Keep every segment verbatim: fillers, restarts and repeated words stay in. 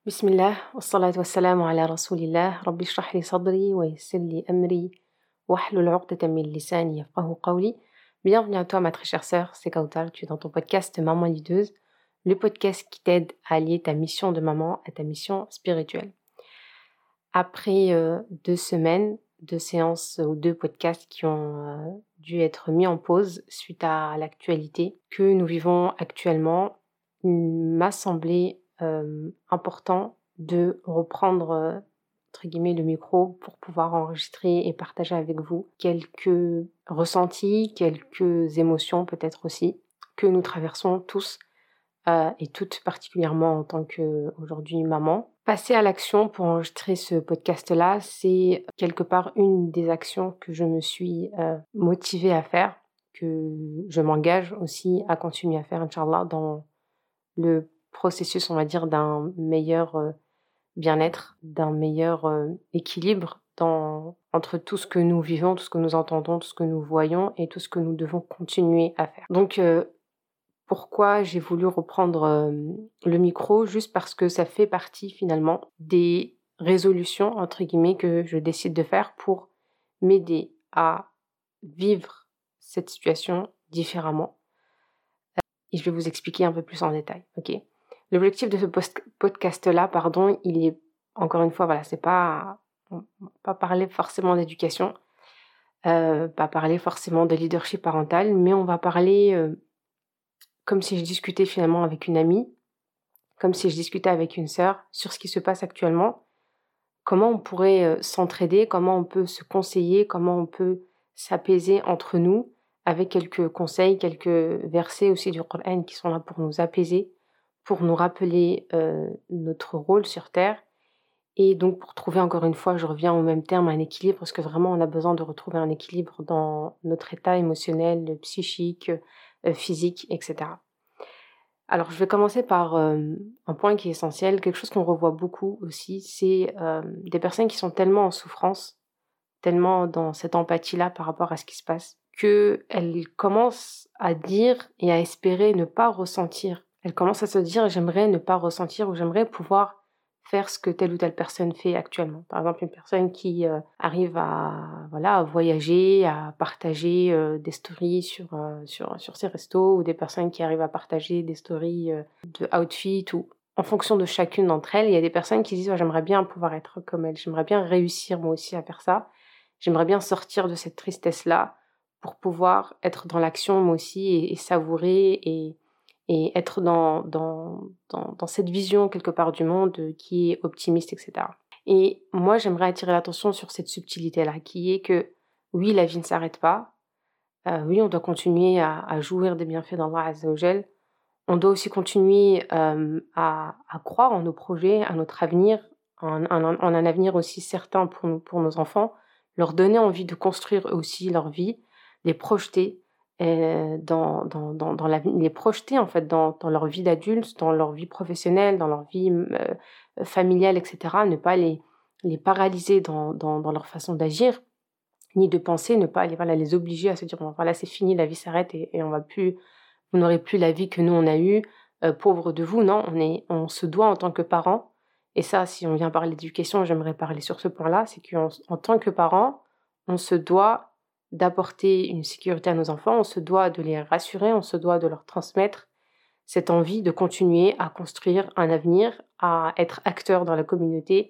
بسم الله والصلاة والسلام على رسول الله رب اشرح لي صدري ويسر لي أمري واحلul عقدة من لساني يفقهوا قولي. Bienvenue à toi ma très chère sœur, c'est Kautar, tu es dans ton podcast Maman Leaduse, le podcast qui t'aide à allier ta mission de maman à ta mission spirituelle. Après euh, deux semaines, deux séances ou deux podcasts qui ont euh, dû être mis en pause suite à l'actualité que nous vivons actuellement, il m'a semblé euh, important de reprendre euh, entre guillemets le micro pour pouvoir enregistrer et partager avec vous quelques ressentis, quelques émotions peut-être aussi que nous traversons tous euh, et toutes particulièrement en tant qu'aujourd'hui maman. Passer à l'action pour enregistrer ce podcast-là, c'est quelque part une des actions que je me suis euh, motivée à faire, que je m'engage aussi à continuer à faire, Inch'Allah, dans le processus, on va dire, d'un meilleur euh, bien-être, d'un meilleur euh, équilibre dans, entre tout ce que nous vivons, tout ce que nous entendons, tout ce que nous voyons et tout ce que nous devons continuer à faire. Donc, euh, pourquoi j'ai voulu reprendre euh, le micro? Juste parce que ça fait partie finalement des résolutions, entre guillemets, que je décide de faire pour m'aider à vivre cette situation différemment. Et je vais vous expliquer un peu plus en détail, ok? L'objectif de ce post- podcast-là, pardon, il est, encore une fois, voilà, c'est pas, on va pas parler forcément d'éducation, euh, pas parler forcément de leadership parental, mais on va parler euh, comme si je discutais finalement avec une amie, comme si je discutais avec une sœur sur ce qui se passe actuellement, comment on pourrait euh, s'entraider, comment on peut se conseiller, comment on peut s'apaiser entre nous, avec quelques conseils, quelques versets aussi du Coran qui sont là pour nous apaiser, pour nous rappeler euh, notre rôle sur Terre. Et donc pour trouver encore une fois, je reviens au même terme, un équilibre, parce que vraiment on a besoin de retrouver un équilibre dans notre état émotionnel, psychique, euh, physique, et cetera. Alors je vais commencer par euh, un point qui est essentiel, quelque chose qu'on revoit beaucoup aussi, c'est euh, des personnes qui sont tellement en souffrance, tellement dans cette empathie-là par rapport à ce qui se passe, qu'elles commencent à dire et à espérer ne pas ressentir. Elles commencent à se dire j'aimerais ne pas ressentir ou j'aimerais pouvoir faire ce que telle ou telle personne fait actuellement. Par exemple, une personne qui euh, arrive à, voilà, à voyager, à partager euh, des stories sur, euh, sur, sur ses restos, ou des personnes qui arrivent à partager des stories euh, de outfit, ou en fonction de chacune d'entre elles, il y a des personnes qui disent oh, j'aimerais bien pouvoir être comme elle, j'aimerais bien réussir moi aussi à faire ça, j'aimerais bien sortir de cette tristesse-là pour pouvoir être dans l'action moi aussi et, et savourer et et être dans, dans, dans, dans cette vision quelque part du monde qui est optimiste, et cetera. Et moi, j'aimerais attirer l'attention sur cette subtilité-là, qui est que oui, la vie ne s'arrête pas, euh, oui, on doit continuer à, à jouir des bienfaits d'Allah Azza wa Jal, on doit aussi continuer euh, à, à croire en nos projets, à notre avenir, en, en, en un avenir aussi certain pour, nous, pour nos enfants, leur donner envie de construire eux aussi leur vie, les projeter, euh, dans, dans, dans, dans la, les projeter en fait dans, dans leur vie d'adulte, dans leur vie professionnelle, dans leur vie euh, familiale, et cetera. Ne pas les, les paralyser dans, dans, dans leur façon d'agir, ni de penser, ne pas les, voilà, les obliger à se dire bon, voilà, c'est fini, la vie s'arrête et, et on va plus, vous n'aurez plus la vie que nous on a eue, euh, pauvre de vous. Non, on, est, on se doit en tant que parents, et ça, si on vient parler d'éducation, j'aimerais parler sur ce point-là, c'est qu'en tant que parents, on se doit d'apporter une sécurité à nos enfants, on se doit de les rassurer, on se doit de leur transmettre cette envie de continuer à construire un avenir, à être acteur dans la communauté,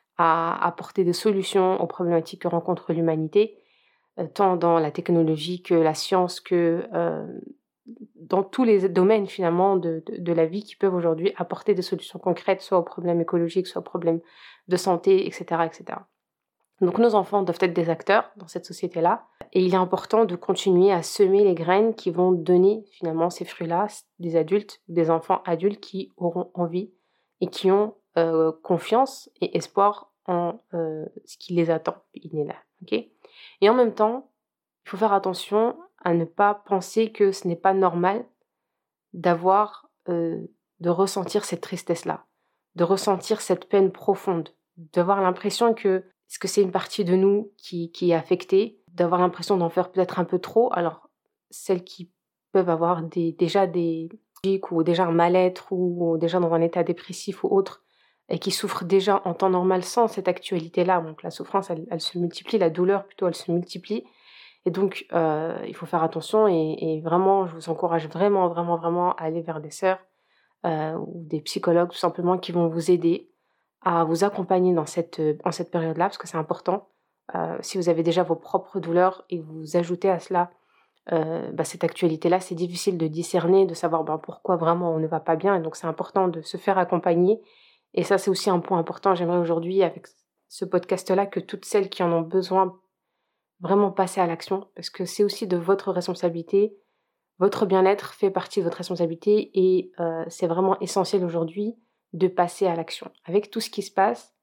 à apporter des solutions aux problématiques que rencontre l'humanité, euh, tant dans la technologie que la science, que euh, dans tous les domaines finalement de, de, de la vie qui peuvent aujourd'hui apporter des solutions concrètes, soit aux problèmes écologiques, soit aux problèmes de santé, et cetera, et cetera. Donc nos enfants doivent être des acteurs dans cette société-là, et il est important de continuer à semer les graines qui vont donner finalement ces fruits-là, des adultes, des enfants adultes qui auront envie et qui ont euh, confiance et espoir en euh, ce qui les attend. Il est là, ok ? Et en même temps, il faut faire attention à ne pas penser que ce n'est pas normal d'avoir, euh, de ressentir cette tristesse-là, de ressentir cette peine profonde, d'avoir l'impression que est-ce que c'est une partie de nous qui, qui est affectée, d'avoir l'impression d'en faire peut-être un peu trop. Alors, celles qui peuvent avoir des, déjà des ou déjà un mal-être ou, ou déjà dans un état dépressif ou autre, et qui souffrent déjà en temps normal sans cette actualité-là. Donc la souffrance, elle, elle se multiplie, la douleur plutôt, elle se multiplie. Et donc, euh, il faut faire attention et, et vraiment, je vous encourage vraiment, vraiment, vraiment à aller vers des sœurs euh, ou des psychologues tout simplement qui vont vous aider à vous accompagner dans cette, dans cette période-là, parce que c'est important. Euh, si vous avez déjà vos propres douleurs et que vous ajoutez à cela euh, bah, cette actualité-là, c'est difficile de discerner, de savoir ben, pourquoi vraiment on ne va pas bien. Et donc, c'est important de se faire accompagner. Et ça, c'est aussi un point important. J'aimerais aujourd'hui, avec ce podcast-là, que toutes celles qui en ont besoin vraiment passer à l'action, parce que c'est aussi de votre responsabilité. Votre bien-être fait partie de votre responsabilité et euh, c'est vraiment essentiel aujourd'hui de passer à l'action. Avec tout ce qui se passe,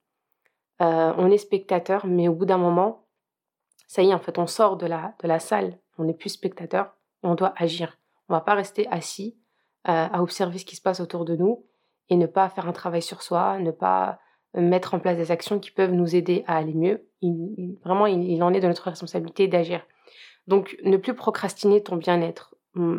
euh, on est spectateur, mais au bout d'un moment, ça y est, en fait, on sort de la, de la salle, on n'est plus spectateur et on doit agir. On ne va pas rester assis euh, à observer ce qui se passe autour de nous et ne pas faire un travail sur soi, ne pas mettre en place des actions qui peuvent nous aider à aller mieux. Il, il, vraiment, il, il en est de notre responsabilité d'agir. Donc, ne plus procrastiner ton bien-être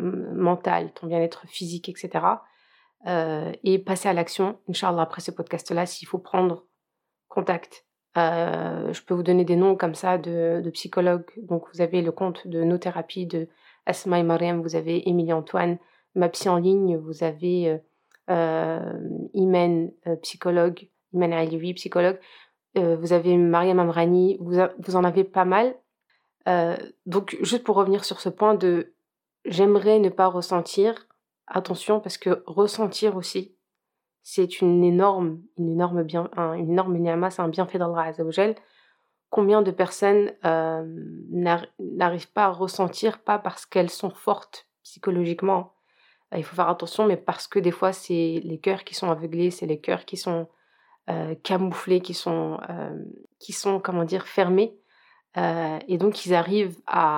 mental, ton bien-être physique, et cetera. Euh, et passer à l'action, Inch'Allah, après ce podcast-là, s'il faut prendre contact. Euh, je peux vous donner des noms comme ça de, de psychologues. Donc, vous avez le compte de nos thérapies de Asma et Mariam, vous avez Émilie Antoine, ma psy en ligne, vous avez euh, euh, Imen, euh, psychologue, Imen Alioui, psychologue, euh, vous avez Mariam Amrani, vous, a, vous en avez pas mal. Euh, donc, juste pour revenir sur ce point de j'aimerais ne pas ressentir, attention, parce que ressentir aussi, c'est une énorme, une énorme bien, un, une énorme ni'ma, c'est un bienfait d'Allah Azza wa Jal. Combien de personnes euh, n'arrivent pas à ressentir, pas parce qu'elles sont fortes psychologiquement, euh, il faut faire attention, mais parce que des fois, c'est les cœurs qui sont aveuglés, c'est les cœurs qui sont euh, camouflés, qui sont, euh, qui sont, comment dire, fermés. Euh, et donc, ils arrivent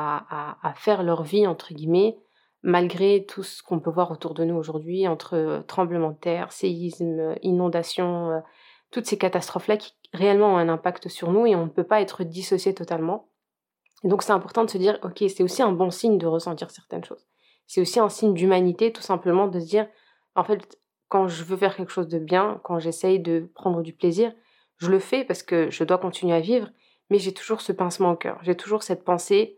à, à, à faire leur vie, entre guillemets, malgré tout ce qu'on peut voir autour de nous aujourd'hui, entre euh, tremblements de terre, séismes, inondations, euh, toutes ces catastrophes-là qui réellement ont un impact sur nous et on ne peut pas être dissocié totalement. Et donc, c'est important de se dire, ok, c'est aussi un bon signe de ressentir certaines choses. C'est aussi un signe d'humanité, tout simplement, de se dire, en fait, quand je veux faire quelque chose de bien, quand j'essaye de prendre du plaisir, je le fais parce que je dois continuer à vivre, mais j'ai toujours ce pincement au cœur. J'ai toujours cette pensée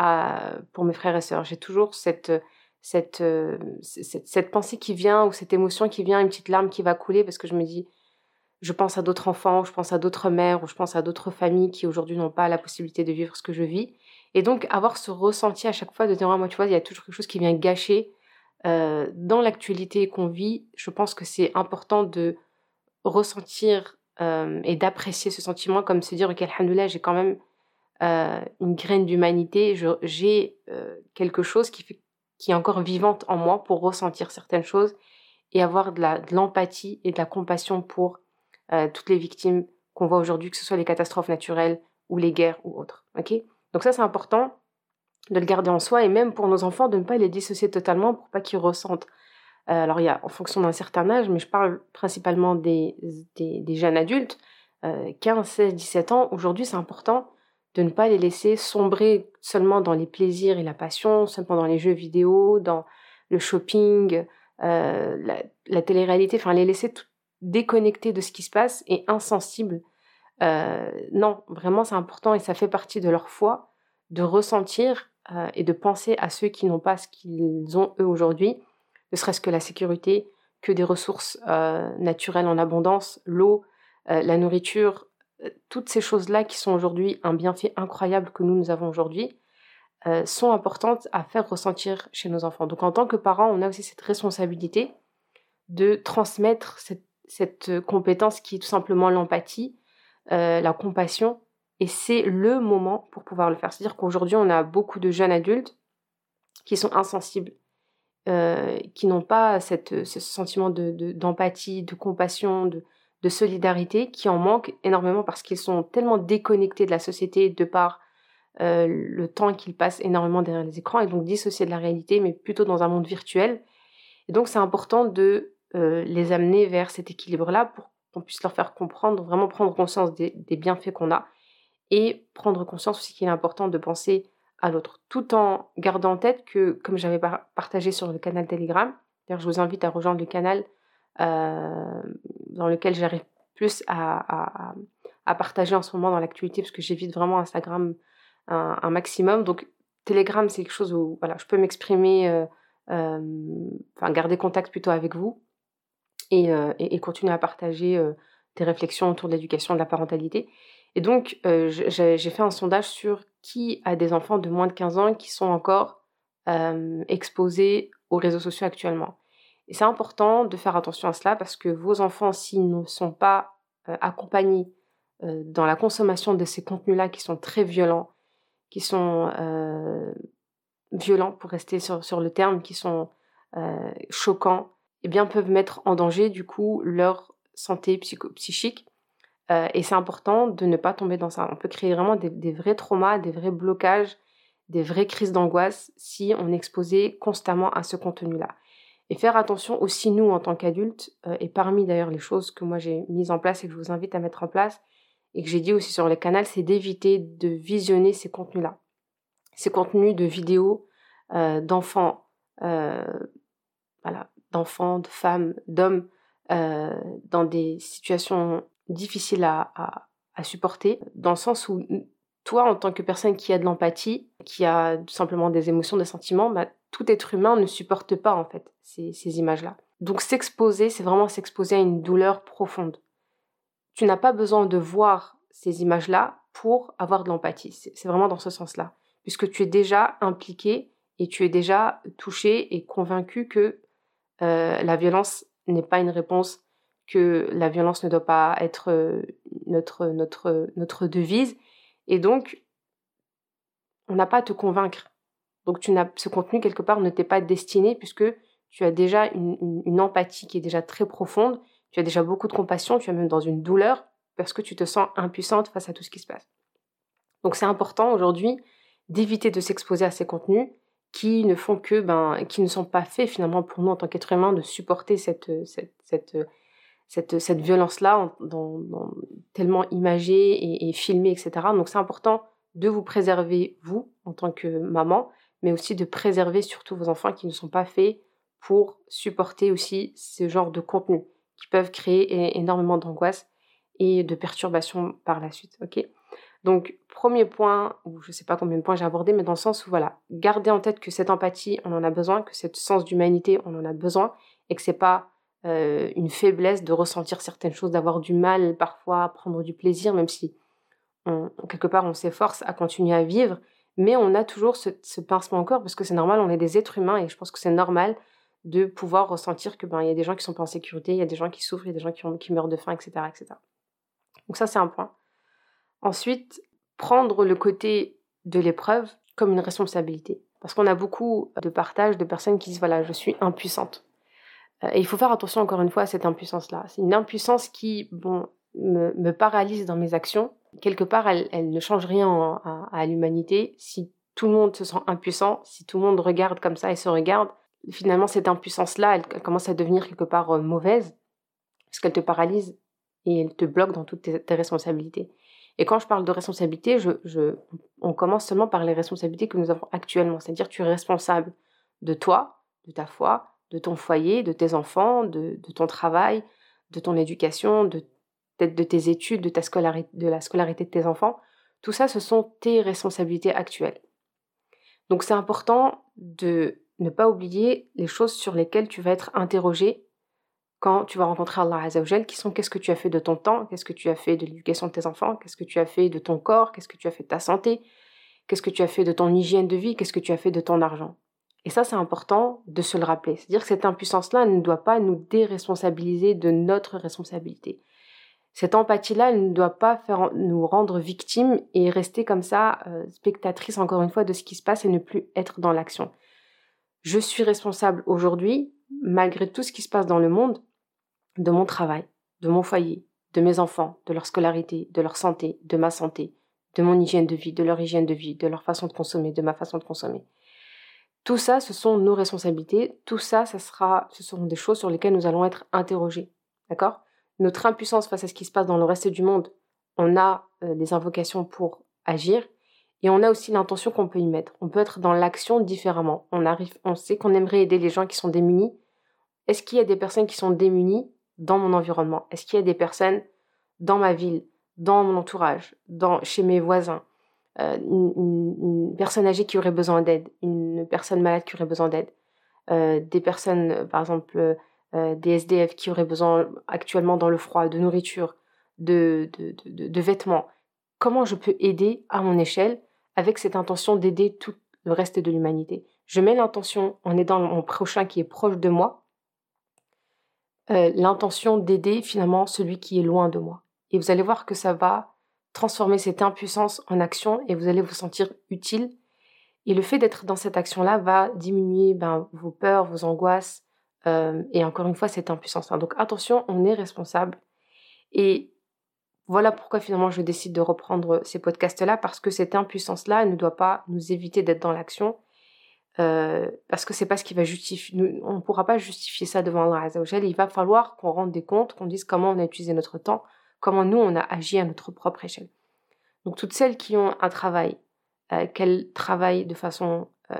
à, pour mes frères et sœurs. J'ai toujours cette, cette, euh, cette, cette pensée qui vient ou cette émotion qui vient, une petite larme qui va couler parce que je me dis, je pense à d'autres enfants, ou je pense à d'autres mères, ou je pense à d'autres familles qui aujourd'hui n'ont pas la possibilité de vivre ce que je vis. Et donc avoir ce ressenti à chaque fois de dire, ah, moi tu vois, il y a toujours quelque chose qui vient gâcher euh, dans l'actualité qu'on vit. Je pense que c'est important de ressentir euh, et d'apprécier ce sentiment, comme se dire, ok, alhamdoulilah, j'ai quand même euh, une graine d'humanité, je, j'ai euh, quelque chose qui, fait, qui est encore vivante en moi pour ressentir certaines choses et avoir de, la, de l'empathie et de la compassion pour euh, toutes les victimes qu'on voit aujourd'hui, que ce soit les catastrophes naturelles ou les guerres ou autres. Okay, donc ça, c'est important de le garder en soi et même pour nos enfants, de ne pas les dissocier totalement pour pas qu'ils ressentent. Euh, alors, il y a en fonction d'un certain âge, mais je parle principalement des, des, des jeunes adultes, euh, quinze, seize, dix-sept ans. Aujourd'hui, c'est important de ne pas les laisser sombrer seulement dans les plaisirs et la passion, seulement dans les jeux vidéo, dans le shopping, euh, la, la télé-réalité, enfin les laisser tout déconnectés de ce qui se passe et insensibles. Euh, non, vraiment, c'est important et ça fait partie de leur foi de ressentir euh, et de penser à ceux qui n'ont pas ce qu'ils ont eux aujourd'hui, ne serait-ce que la sécurité, que des ressources euh, naturelles en abondance, l'eau, euh, la nourriture, euh, toutes ces choses-là qui sont aujourd'hui un bienfait incroyable que nous, nous avons aujourd'hui, euh, sont importantes à faire ressentir chez nos enfants. Donc en tant que parents, on a aussi cette responsabilité de transmettre cette, cette compétence qui est tout simplement l'empathie, euh, la compassion, et c'est le moment pour pouvoir le faire. C'est-à-dire qu'aujourd'hui, on a beaucoup de jeunes adultes qui sont insensibles, euh, qui n'ont pas cette, ce sentiment de, de, d'empathie, de compassion, de, de solidarité, qui en manquent énormément parce qu'ils sont tellement déconnectés de la société de par euh, le temps qu'ils passent énormément derrière les écrans et donc dissociés de la réalité, mais plutôt dans un monde virtuel. Et donc, c'est important de euh, les amener vers cet équilibre-là pour qu'on puisse leur faire comprendre, vraiment prendre conscience des, des bienfaits qu'on a et prendre conscience aussi qu'il est important de penser à l'autre, tout en gardant en tête que, comme j'avais par- partagé sur le canal Telegram, d'ailleurs je vous invite à rejoindre le canal euh, dans lequel j'ai plus à, à, à partager en ce moment dans l'actualité parce que j'évite vraiment Instagram un, un maximum. Donc, Telegram, c'est quelque chose où voilà, je peux m'exprimer, euh, euh, enfin, garder contact plutôt avec vous et, euh, et, et continuer à partager euh, des réflexions autour de l'éducation, de la parentalité. Et donc, euh, j'ai, j'ai fait un sondage sur qui a des enfants de moins de quinze ans qui sont encore euh, exposés aux réseaux sociaux actuellement. Et c'est important de faire attention à cela parce que vos enfants, s'ils ne sont pas euh, accompagnés euh, dans la consommation de ces contenus-là qui sont très violents, qui sont euh, violents pour rester sur, sur le terme, qui sont euh, choquants, eh bien peuvent mettre en danger du coup leur santé psycho- psychique. Euh, et c'est important de ne pas tomber dans ça. On peut créer vraiment des, des vrais traumas, des vrais blocages, des vraies crises d'angoisse si on est exposé constamment à ce contenu-là. Et faire attention aussi, nous, en tant qu'adultes, euh, et parmi d'ailleurs les choses que moi j'ai mises en place et que je vous invite à mettre en place, et que j'ai dit aussi sur les canaux, c'est d'éviter de visionner ces contenus-là. Ces contenus de vidéos euh, d'enfants, euh, voilà, d'enfants, de femmes, d'hommes, euh, dans des situations difficiles à, à, à supporter, dans le sens où toi, en tant que personne qui a de l'empathie, qui a tout simplement des émotions, des sentiments, bah, tout être humain ne supporte pas en fait ces, ces images-là. Donc s'exposer, c'est vraiment s'exposer à une douleur profonde. Tu n'as pas besoin de voir ces images-là pour avoir de l'empathie. C'est, c'est vraiment dans ce sens-là. Puisque tu es déjà impliqué et tu es déjà touché et convaincu que euh, la violence n'est pas une réponse, que la violence ne doit pas être euh, notre, notre, notre devise. Et donc, on n'a pas à te convaincre. Donc, tu n'as, ce contenu, quelque part, ne t'est pas destiné puisque tu as déjà une, une, une empathie qui est déjà très profonde, tu as déjà beaucoup de compassion, tu es même dans une douleur parce que tu te sens impuissante face à tout ce qui se passe. Donc, c'est important aujourd'hui d'éviter de s'exposer à ces contenus qui ne font que, ben, qui ne sont pas faits finalement pour nous en tant qu'êtres humains de supporter cette, cette, cette, cette, cette violence-là dans, dans, tellement imagée et, et filmée, et cetera. Donc, c'est important de vous préserver, vous, en tant que maman, mais aussi de préserver surtout vos enfants qui ne sont pas faits pour supporter aussi ce genre de contenu qui peuvent créer énormément d'angoisse et de perturbations par la suite, ok ? Donc, premier point, ou je ne sais pas combien de points j'ai abordé, mais dans le sens où, voilà, gardez en tête que cette empathie, on en a besoin, que ce sens d'humanité, on en a besoin, et que ce n'est pas euh, une faiblesse de ressentir certaines choses, d'avoir du mal parfois à prendre du plaisir, même si on, quelque part on s'efforce à continuer à vivre, mais on a toujours ce, ce pincement au corps, parce que c'est normal, on est des êtres humains, et je pense que c'est normal de pouvoir ressentir que ben, y a des gens qui ne sont pas en sécurité, il y a des gens qui souffrent, il y a des gens qui, ont, qui meurent de faim, et cetera, et cetera. Donc ça, c'est un point. Ensuite, prendre le côté de l'épreuve comme une responsabilité. Parce qu'on a beaucoup de partages de personnes qui disent « voilà, je suis impuissante ». Et il faut faire attention encore une fois à cette impuissance-là. C'est une impuissance qui, bon, me, me paralyse dans mes actions. Quelque part, elle, elle ne change rien en, à, à l'humanité. Si tout le monde se sent impuissant, si tout le monde regarde comme ça et se regarde, finalement, cette impuissance-là, elle, elle commence à devenir quelque part euh, mauvaise parce qu'elle te paralyse et elle te bloque dans toutes tes, tes responsabilités. Et quand je parle de responsabilité, je, je, on commence seulement par les responsabilités que nous avons actuellement. C'est-à-dire que tu es responsable de toi, de ta foi, de ton foyer, de tes enfants, de, de ton travail, de ton éducation, de, peut-être de tes études, de, ta scolarité, de la scolarité de tes enfants. Tout ça, ce sont tes responsabilités actuelles. Donc c'est important de ne pas oublier les choses sur lesquelles tu vas être interrogé quand tu vas rencontrer Allah Azzawajal, qui sont qu'est-ce que tu as fait de ton temps, qu'est-ce que tu as fait de l'éducation de tes enfants, qu'est-ce que tu as fait de ton corps, qu'est-ce que tu as fait de ta santé, qu'est-ce que tu as fait de ton hygiène de vie, qu'est-ce que tu as fait de ton argent. Et ça, c'est important de se le rappeler. C'est-à-dire que cette impuissance-là ne doit pas nous déresponsabiliser de notre responsabilité. Cette empathie-là, elle ne doit pas faire nous rendre victimes et rester comme ça, euh, spectatrice encore une fois de ce qui se passe et ne plus être dans l'action. Je suis responsable aujourd'hui, malgré tout ce qui se passe dans le monde, de mon travail, de mon foyer, de mes enfants, de leur scolarité, de leur santé, de ma santé, de mon hygiène de vie, de leur hygiène de vie, de leur façon de consommer, de ma façon de consommer. Tout ça, ce sont nos responsabilités. Tout ça, ça sera, ce seront des choses sur lesquelles nous allons être interrogés. D'accord ? Notre impuissance face à ce qui se passe dans le reste du monde, on a euh, des invocations pour agir et on a aussi l'intention qu'on peut y mettre. On peut être dans l'action différemment. On arrive, on sait qu'on aimerait aider les gens qui sont démunis. Est-ce qu'il y a des personnes qui sont démunies dans mon environnement? Est-ce qu'il y a des personnes dans ma ville, dans mon entourage, dans, chez mes voisins, euh, une, une, une personne âgée qui aurait besoin d'aide, une personne malade qui aurait besoin d'aide, euh, des personnes, euh, par exemple, euh, des S D F qui auraient besoin actuellement dans le froid, de nourriture, de, de, de, de, de vêtements. Comment je peux aider à mon échelle avec cette intention d'aider tout le reste de l'humanité? Je mets l'intention en aidant mon prochain qui est proche de moi, euh, l'intention d'aider finalement celui qui est loin de moi. Et vous allez voir que ça va transformer cette impuissance en action et vous allez vous sentir utile. Et le fait d'être dans cette action-là va diminuer ben, vos peurs, vos angoisses euh, et encore une fois cette impuissance-là. Donc attention, on est responsable. Et voilà pourquoi finalement je décide de reprendre ces podcasts-là, parce que cette impuissance-là ne doit pas nous éviter d'être dans l'action, euh, parce que c'est pas ce qui va justifier, nous, on ne pourra pas justifier ça devant Allah Azza wa Jal. Il va falloir qu'on rende des comptes, qu'on dise comment on a utilisé notre temps, comment nous on a agi à notre propre échelle. Donc toutes celles qui ont un travail, euh, qu'elles travaillent de façon euh,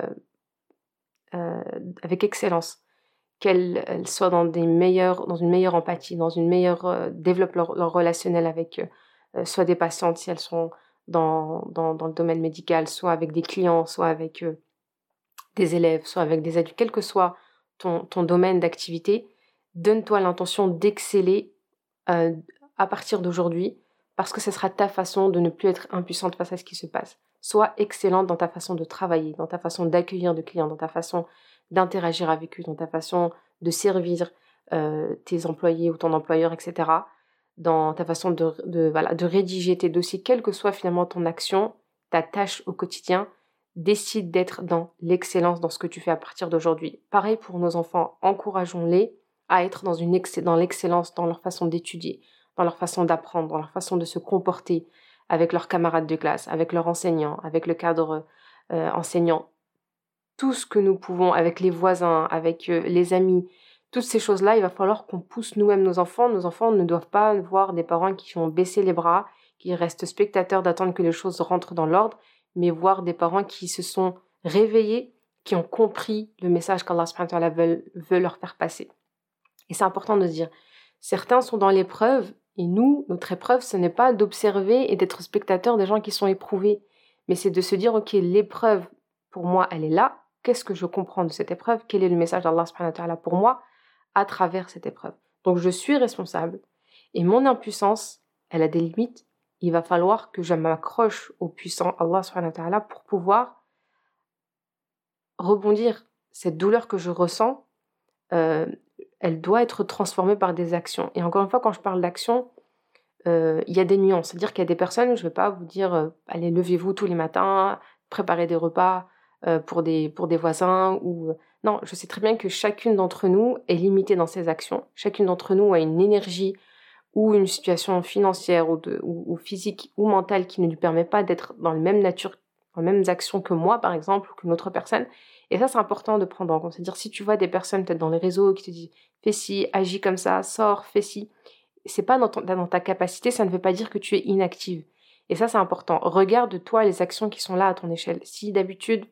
euh, avec excellence, qu'elles elles soient dans des meilleures, dans une meilleure empathie, dans une meilleure euh, développent leur, leur relationnel avec euh, soit des patientes si elles sont dans, dans, dans le domaine médical, soit avec des clients, soit avec euh, des élèves, soit avec des adultes, quel que soit ton, ton domaine d'activité, donne-toi l'intention d'exceller euh, à partir d'aujourd'hui, parce que ce sera ta façon de ne plus être impuissante face à ce qui se passe. Sois excellente dans ta façon de travailler, dans ta façon d'accueillir des clients, dans ta façon d'interagir avec eux, dans ta façon de servir euh, tes employés ou ton employeur, et cetera, dans ta façon de, de, voilà, de rédiger tes dossiers, quelle que soit finalement ton action, ta tâche au quotidien, décide d'être dans l'excellence dans ce que tu fais à partir d'aujourd'hui. Pareil pour nos enfants, encourageons-les à être dans, une ex- dans l'excellence, dans leur façon d'étudier, dans leur façon d'apprendre, dans leur façon de se comporter avec leurs camarades de classe, avec leurs enseignants, avec le cadre euh, enseignant. Tout ce que nous pouvons, avec les voisins, avec euh, les amis, toutes ces choses-là, il va falloir qu'on pousse nous-mêmes nos enfants. Nos enfants ne doivent pas voir des parents qui ont baissé les bras, qui restent spectateurs d'attendre que les choses rentrent dans l'ordre, mais voir des parents qui se sont réveillés, qui ont compris le message qu'Allah subhanahu wa ta'ala veut, veut leur faire passer. Et c'est important de se dire, certains sont dans l'épreuve, et nous, notre épreuve, ce n'est pas d'observer et d'être spectateur des gens qui sont éprouvés, mais c'est de se dire, ok, l'épreuve, pour moi, elle est là. Qu'est-ce que je comprends de cette épreuve? Quel est le message d'Allah subhanahu wa ta'ala pour moi à travers cette épreuve? Donc je suis responsable, et mon impuissance, elle a des limites. Il va falloir que je m'accroche au puissant Allah subhanahu wa ta'ala pour pouvoir rebondir. Cette douleur que je ressens, euh, elle doit être transformée par des actions. Et encore une fois, quand je parle d'action, euh, il y a des nuances. C'est-à-dire qu'il y a des personnes, je ne vais pas vous dire, euh, allez, levez-vous tous les matins, préparez des repas euh, pour, des, pour des voisins. Ou non, je sais très bien que chacune d'entre nous est limitée dans ses actions. Chacune d'entre nous a une énergie ou une situation financière ou, de, ou, ou physique ou mentale qui ne lui permet pas d'être dans la même nature, dans les mêmes actions que moi, par exemple, ou qu'une autre personne. Et ça, c'est important de prendre en compte. C'est-à-dire, si tu vois des personnes peut-être dans les réseaux qui te disent « fais ci, agis comme ça, sors, fais ci », c'est pas dans, ton, dans ta capacité, ça ne veut pas dire que tu es inactive. Et ça, c'est important. Regarde, toi, les actions qui sont là à ton échelle. Si d'habitude,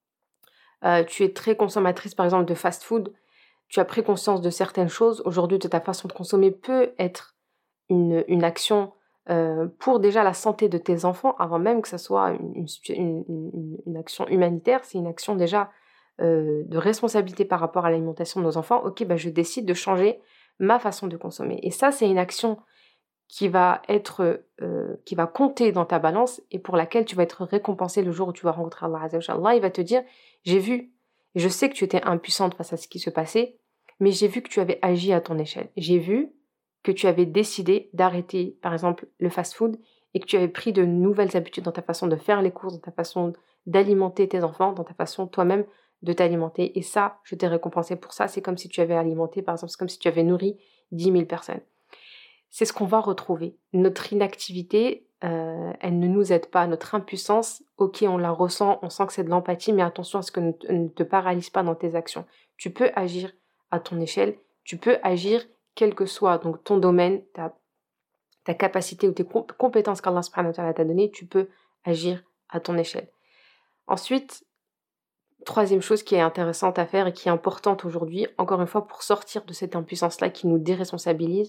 euh, tu es très consommatrice, par exemple, de fast-food, tu as pris conscience de certaines choses, aujourd'hui, de ta façon de consommer peut être Une, une action euh, pour déjà la santé de tes enfants, avant même que ça soit une, une, une, une action humanitaire, c'est une action déjà euh, de responsabilité par rapport à l'alimentation de nos enfants. Ok, bah, je décide de changer ma façon de consommer. Et ça, c'est une action qui va être, euh, qui va compter dans ta balance et pour laquelle tu vas être récompensé le jour où tu vas rencontrer Allah Azza wa Jalla. Allah, il va te dire, j'ai vu, je sais que tu étais impuissante face à ce qui se passait, mais j'ai vu que tu avais agi à ton échelle. J'ai vu que tu avais décidé d'arrêter, par exemple, le fast-food et que tu avais pris de nouvelles habitudes dans ta façon de faire les courses, dans ta façon d'alimenter tes enfants, dans ta façon toi-même de t'alimenter. Et ça, je t'ai récompensé pour ça. C'est comme si tu avais alimenté, par exemple, c'est comme si tu avais nourri dix mille personnes. C'est ce qu'on va retrouver. Notre inactivité, euh, elle ne nous aide pas. Notre impuissance, ok, on la ressent, on sent que c'est de l'empathie, mais attention à ce que ne, ne te paralyse pas dans tes actions. Tu peux agir à ton échelle, tu peux agir quel que soit donc ton domaine, ta, ta capacité ou tes comp- compétences qu'Allah subhanahu wa ta'ala t'a données, tu peux agir à ton échelle. Ensuite, troisième chose qui est intéressante à faire et qui est importante aujourd'hui, encore une fois pour sortir de cette impuissance-là qui nous déresponsabilise,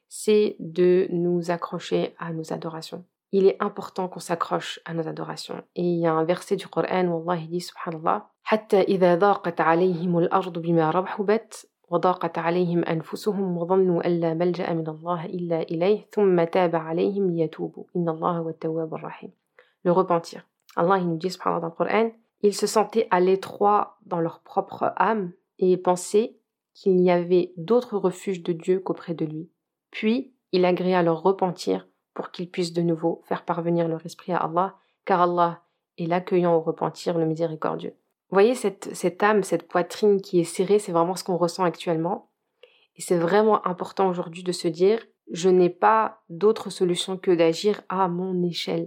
c'est de nous accrocher à nos adorations. Il est important qu'on s'accroche à nos adorations. Et il y a un verset du Coran, Wallah, il dit, subhanallah, حتى إذا ضاقت عليهم الأرض بما رحبت وضاقت عليهم أنفسهم وظنوا أن لا ملجأ من الله إلا إليه ثم تاب عليهم ليتوبوا إن الله هو التواب الرحيم. Le repentir. Allah, il nous dit, subhanallah, dans le Coran, ils se sentaient à l'étroit dans leur propre âme et pensaient qu'il n'y avait d'autre refuge de Dieu qu'auprès de lui. Puis, il agréa leur repentir pour qu'ils puissent de nouveau faire parvenir leur esprit à Allah, car Allah est l'accueillant au repentir, le miséricordieux. Vous voyez cette, cette âme, cette poitrine qui est serrée, c'est vraiment ce qu'on ressent actuellement. Et c'est vraiment important aujourd'hui de se dire, je n'ai pas d'autre solution que d'agir à mon échelle.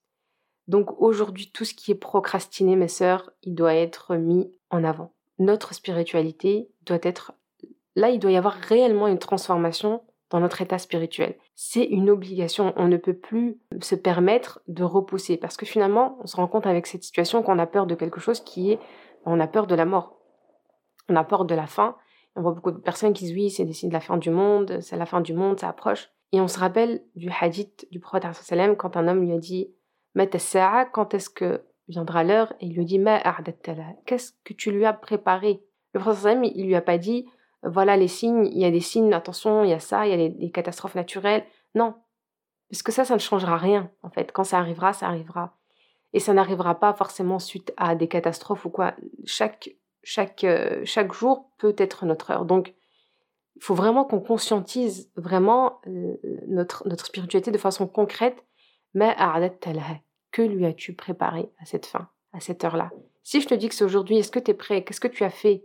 Donc aujourd'hui, tout ce qui est procrastiné, mes sœurs, il doit être mis en avant. Notre spiritualité doit être... Là, il doit y avoir réellement une transformation dans notre état spirituel. C'est une obligation, on ne peut plus se permettre de repousser parce que finalement, on se rend compte avec cette situation qu'on a peur de quelque chose qui est, on a peur de la mort, on a peur de la fin. On voit beaucoup de personnes qui disent oui, c'est des signes de la fin du monde, c'est la fin du monde, ça approche. Et on se rappelle du hadith du prophète sallam quand un homme lui a dit Mata sa'a, quand est-ce que viendra l'heure? Et il lui dit Ma a'dattala, qu'est-ce que tu lui as préparé? Le prophète sallam, il lui a pas dit voilà les signes, il y a des signes, attention, il y a ça, il y a des, des catastrophes naturelles. Non, parce que ça, ça ne changera rien, en fait. Quand ça arrivera, ça arrivera. Et ça n'arrivera pas forcément suite à des catastrophes ou quoi. Chaque, chaque, euh, chaque jour peut être notre heure. Donc, il faut vraiment qu'on conscientise vraiment euh, notre, notre spiritualité de façon concrète. Ma a'adatta laha, que lui as-tu préparé à cette fin, à cette heure-là? Si je te dis que c'est aujourd'hui, est-ce que tu es prêt? Qu'est-ce que tu as fait?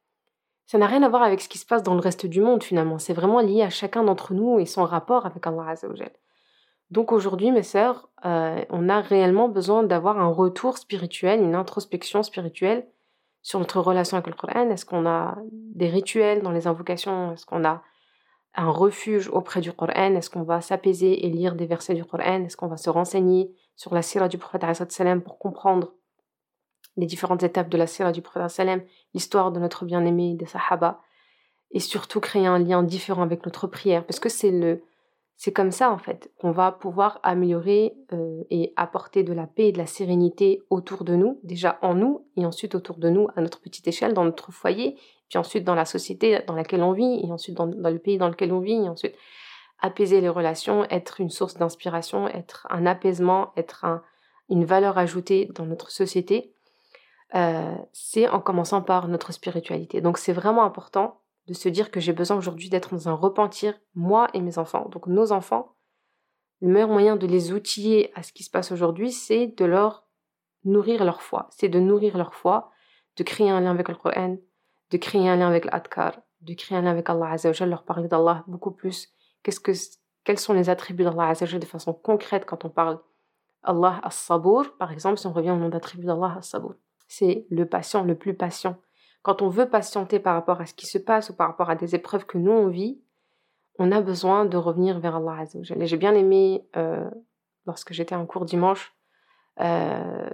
Ça n'a rien à voir avec ce qui se passe dans le reste du monde, finalement. C'est vraiment lié à chacun d'entre nous et son rapport avec Allah Azza wa Jal. Donc aujourd'hui, mes sœurs, euh, on a réellement besoin d'avoir un retour spirituel, une introspection spirituelle sur notre relation avec le Coran. Est-ce qu'on a des rituels dans les invocations? Est-ce qu'on a un refuge auprès du Coran? Est-ce qu'on va s'apaiser et lire des versets du Coran? Est-ce qu'on va se renseigner sur la sira du prophète sallam pour comprendre les différentes étapes de la sira du prophète sallam, l'histoire de notre bien-aimé, des sahaba, et surtout créer un lien différent avec notre prière, parce que c'est le, c'est comme ça en fait qu'on va pouvoir améliorer euh, et apporter de la paix et de la sérénité autour de nous, déjà en nous et ensuite autour de nous à notre petite échelle, dans notre foyer, puis ensuite dans la société dans laquelle on vit et ensuite dans, dans le pays dans lequel on vit et ensuite apaiser les relations, être une source d'inspiration, être un apaisement, être un, une valeur ajoutée dans notre société. Euh, c'est en commençant par notre spiritualité. Donc c'est vraiment important de se dire que j'ai besoin aujourd'hui d'être dans un repentir, moi et mes enfants. Donc nos enfants, le meilleur moyen de les outiller à ce qui se passe aujourd'hui, c'est de leur nourrir leur foi. C'est de nourrir leur foi, de créer un lien avec le Coran, de créer un lien avec l'adkar, de créer un lien avec Allah Azza wa Jal, leur parler d'Allah beaucoup plus. Qu'est-ce que, quels sont les attributs d'Allah Azza wa Jal de façon concrète quand on parle Allah as-Sabour, par exemple, si on revient au nom d'attribut d'Allah as-Sabour. C'est le patient, le plus patient. Quand on veut patienter par rapport à ce qui se passe ou par rapport à des épreuves que nous on vit, on a besoin de revenir vers Allah Azza wa Jalla. J'ai bien aimé, euh, lorsque j'étais en cours dimanche, euh,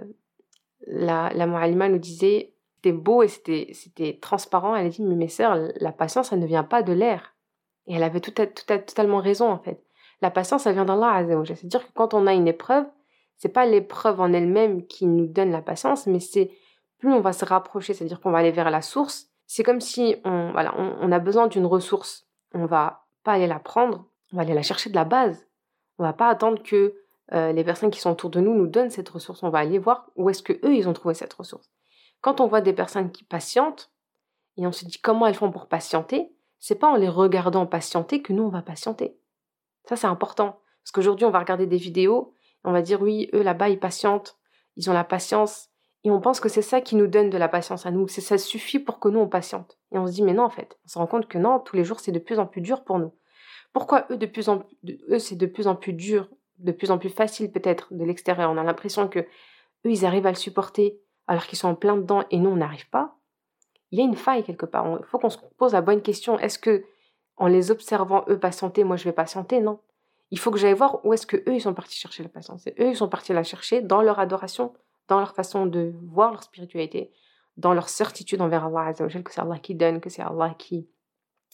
la, la Mu'allima nous disait, c'était beau et c'était, c'était transparent, elle a dit, mais mes sœurs, la patience, elle ne vient pas de l'air. Et elle avait tout à, tout à, totalement raison en fait. La patience, elle vient d'Allah Azza wa Jalla. C'est-à-dire que quand on a une épreuve, c'est pas l'épreuve en elle-même qui nous donne la patience, mais c'est plus on va se rapprocher, c'est-à-dire qu'on va aller vers la source. C'est comme si on, voilà, on, on a besoin d'une ressource. On va pas aller la prendre, on va aller la chercher de la base. On va pas attendre que euh, les personnes qui sont autour de nous nous donnent cette ressource. On va aller voir où est-ce que eux ils ont trouvé cette ressource. Quand on voit des personnes qui patientent et on se dit comment elles font pour patienter, c'est pas en les regardant patienter que nous on va patienter. Ça c'est important parce qu'aujourd'hui on va regarder des vidéos, et on va dire oui eux là-bas ils patientent, ils ont la patience. Et on pense que c'est ça qui nous donne de la patience à nous, c'est ça suffit pour que nous on patiente. Et on se dit mais non en fait, on se rend compte que non, tous les jours c'est de plus en plus dur pour nous. Pourquoi eux de plus en plus, eux c'est de plus en plus dur, de plus en plus facile peut-être de l'extérieur. On a l'impression que eux ils arrivent à le supporter alors qu'ils sont en plein dedans et nous on n'arrive pas. Il y a une faille quelque part. Il faut qu'on se pose la bonne question. Est-ce que en les observant eux patienter, moi je vais patienter? Non. Il faut que j'aille voir où est-ce que eux ils sont partis chercher la patience. Et eux ils sont partis la chercher dans leur adoration, dans leur façon de voir leur spiritualité, dans leur certitude envers Allah Azza wa Jal, que c'est Allah qui donne, que c'est Allah qui,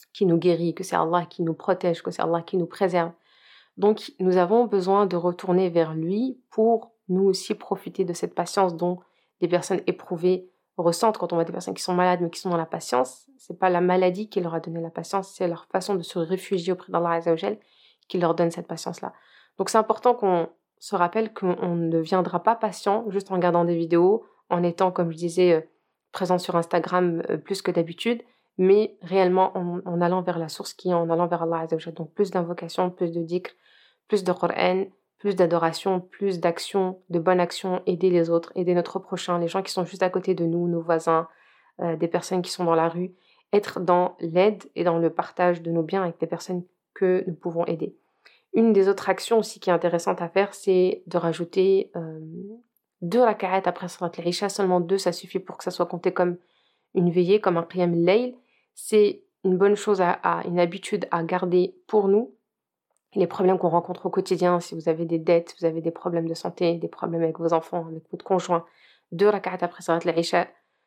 qui nous guérit, que c'est Allah qui nous protège, que c'est Allah qui nous préserve. Donc, nous avons besoin de retourner vers lui pour nous aussi profiter de cette patience dont les personnes éprouvées ressentent quand on voit des personnes qui sont malades mais qui sont dans la patience. C'est pas la maladie qui leur a donné la patience, c'est leur façon de se réfugier auprès d'Allah Azza wa Jal qui leur donne cette patience-là. Donc, c'est important qu'on se rappelle qu'on ne deviendra pas patient juste en regardant des vidéos, en étant, comme je disais, euh, présent sur Instagram euh, plus que d'habitude, mais réellement en, en allant vers la source qui est en allant vers Allah Azza wa Jal. Donc, plus d'invocations, plus de dhikr, plus de Qur'an, plus d'adoration, plus d'action, de bonnes actions, aider les autres, aider notre prochain, les gens qui sont juste à côté de nous, nos voisins, euh, des personnes qui sont dans la rue, être dans l'aide et dans le partage de nos biens avec des personnes que nous pouvons aider. Une des autres actions aussi qui est intéressante à faire, c'est de rajouter euh, deux raka'at après Salat al-Isha, seulement deux, ça suffit pour que ça soit compté comme une veillée, comme un qiyam al-layl. C'est une bonne chose, à, à, une habitude à garder pour nous. Les problèmes qu'on rencontre au quotidien, si vous avez des dettes, vous avez des problèmes de santé, des problèmes avec vos enfants, avec votre conjoint, deux raka'at après Salat al-Isha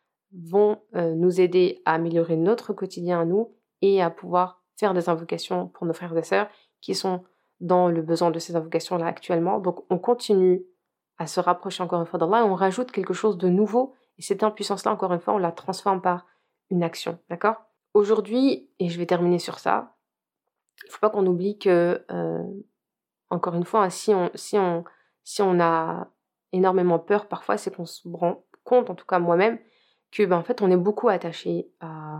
vont euh, nous aider à améliorer notre quotidien à nous et à pouvoir faire des invocations pour nos frères et sœurs qui sont dans le besoin de ces invocations-là actuellement. Donc on continue à se rapprocher encore une fois d'Allah et on rajoute quelque chose de nouveau et cette impuissance-là, encore une fois, on la transforme par une action, d'accord ? Aujourd'hui, et je vais terminer sur ça, il ne faut pas qu'on oublie que, euh, encore une fois, si on, si, on, si on a énormément peur, parfois, c'est qu'on se rend compte, en tout cas moi-même, que ben, en fait, on est beaucoup attaché à,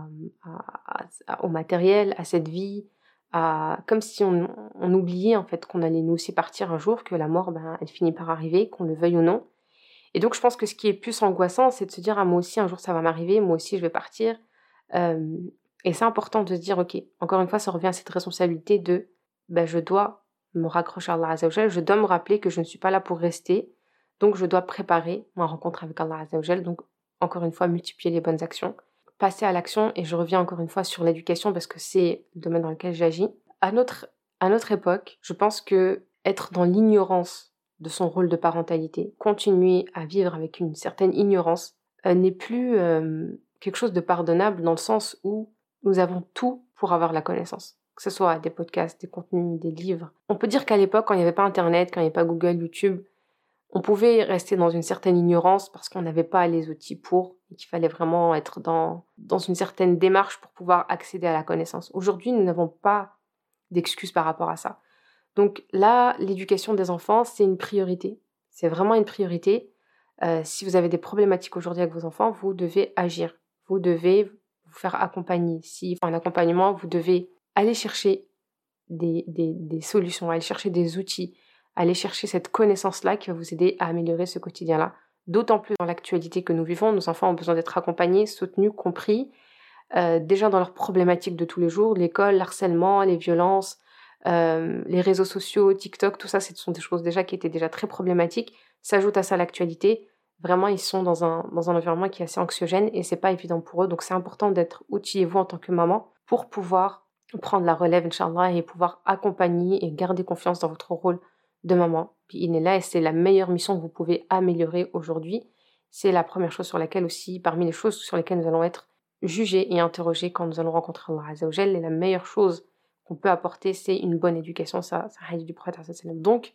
à, à, au matériel, à cette vie, à, comme si on, on oubliait en fait qu'on allait nous aussi partir un jour, que la mort, ben, elle finit par arriver, qu'on le veuille ou non. Et donc, je pense que ce qui est plus angoissant, c'est de se dire, ah, moi aussi, un jour, ça va m'arriver, moi aussi, je vais partir. Euh, et c'est important de se dire, ok, encore une fois, ça revient à cette responsabilité de, ben, je dois me raccrocher à Allah Azza wa Jal, je dois me rappeler que je ne suis pas là pour rester, donc je dois préparer ma rencontre avec Allah Azza wa Jal, donc encore une fois, multiplier les bonnes actions, passer à l'action, et je reviens encore une fois sur l'éducation parce que c'est le domaine dans lequel j'agis. À notre, à notre époque, je pense que être dans l'ignorance de son rôle de parentalité, continuer à vivre avec une certaine ignorance, euh, n'est plus euh, quelque chose de pardonnable dans le sens où nous avons tout pour avoir la connaissance. Que ce soit des podcasts, des contenus, des livres. On peut dire qu'à l'époque, quand il n'y avait pas Internet, quand il n'y avait pas Google, YouTube, on pouvait rester dans une certaine ignorance parce qu'on n'avait pas les outils pour, et qu'il fallait vraiment être dans, dans une certaine démarche pour pouvoir accéder à la connaissance. Aujourd'hui, nous n'avons pas d'excuses par rapport à ça. Donc là, l'éducation des enfants, c'est une priorité. C'est vraiment une priorité. Euh, si vous avez des problématiques aujourd'hui avec vos enfants, vous devez agir. Vous devez vous faire accompagner. Si en accompagnement, vous devez aller chercher des, des, des solutions, aller chercher des outils, aller chercher cette connaissance-là qui va vous aider à améliorer ce quotidien-là. D'autant plus dans l'actualité que nous vivons, nos enfants ont besoin d'être accompagnés, soutenus, compris, euh, déjà dans leurs problématiques de tous les jours, l'école, l'harcèlement, les violences, euh, les réseaux sociaux, TikTok, tout ça, ce sont des choses déjà qui étaient déjà très problématiques. S'ajoute à ça l'actualité. Vraiment, ils sont dans un, dans un environnement qui est assez anxiogène et c'est pas évident pour eux. Donc, c'est important d'être outillé, vous, en tant que maman, pour pouvoir prendre la relève, Inch'Allah, et pouvoir accompagner et garder confiance dans votre rôle de maman. Puis il est là et c'est la meilleure mission que vous pouvez améliorer aujourd'hui. C'est la première chose sur laquelle aussi, parmi les choses sur lesquelles nous allons être jugés et interrogés quand nous allons rencontrer Allah Azza wa Jal. Et la meilleure chose qu'on peut apporter, c'est une bonne éducation. Ça, c'est un hadith du prophète. Donc,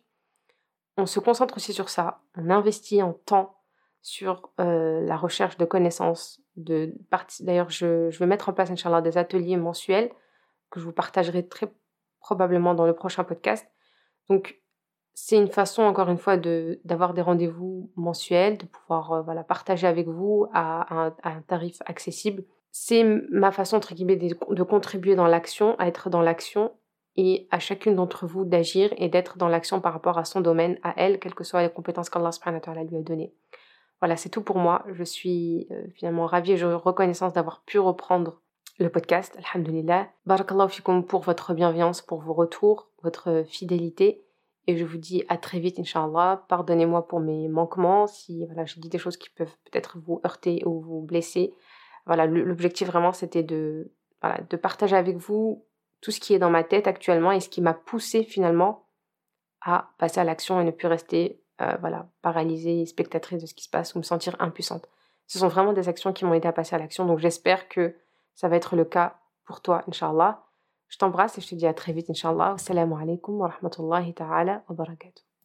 on se concentre aussi sur ça. On investit en temps sur euh, la recherche de connaissances. De partie. D'ailleurs, je, je vais mettre en place, Inch'Allah, des ateliers mensuels que je vous partagerai très probablement dans le prochain podcast. Donc, c'est une façon, encore une fois, de, d'avoir des rendez-vous mensuels, de pouvoir euh, voilà, partager avec vous à, à, à un tarif accessible. C'est ma façon, entre guillemets, de, de contribuer dans l'action, à être dans l'action, et à chacune d'entre vous d'agir et d'être dans l'action par rapport à son domaine, à elle, quelles que soient les compétences qu'Allah subhanahu wa ta'ala lui a données. Voilà, c'est tout pour moi. Je suis euh, finalement ravie et je reconnaissance d'avoir pu reprendre le podcast, alhamdulillah. Barakallahu fikum pour votre bienveillance, pour vos retours, votre fidélité. Et je vous dis à très vite, Inch'Allah. Pardonnez-moi pour mes manquements, si voilà, je dis des choses qui peuvent peut-être vous heurter ou vous blesser. Voilà, l'objectif vraiment, c'était de, voilà, de partager avec vous tout ce qui est dans ma tête actuellement et ce qui m'a poussée finalement à passer à l'action et ne plus rester euh, voilà, paralysée, spectatrice de ce qui se passe ou me sentir impuissante. Ce sont vraiment des actions qui m'ont aidé à passer à l'action, donc j'espère que ça va être le cas pour toi, Inch'Allah. Je t'embrasse et je te dis à très vite, Inch'Allah. Assalamu alaikum wa rahmatullahi ta'ala wa barakatuh.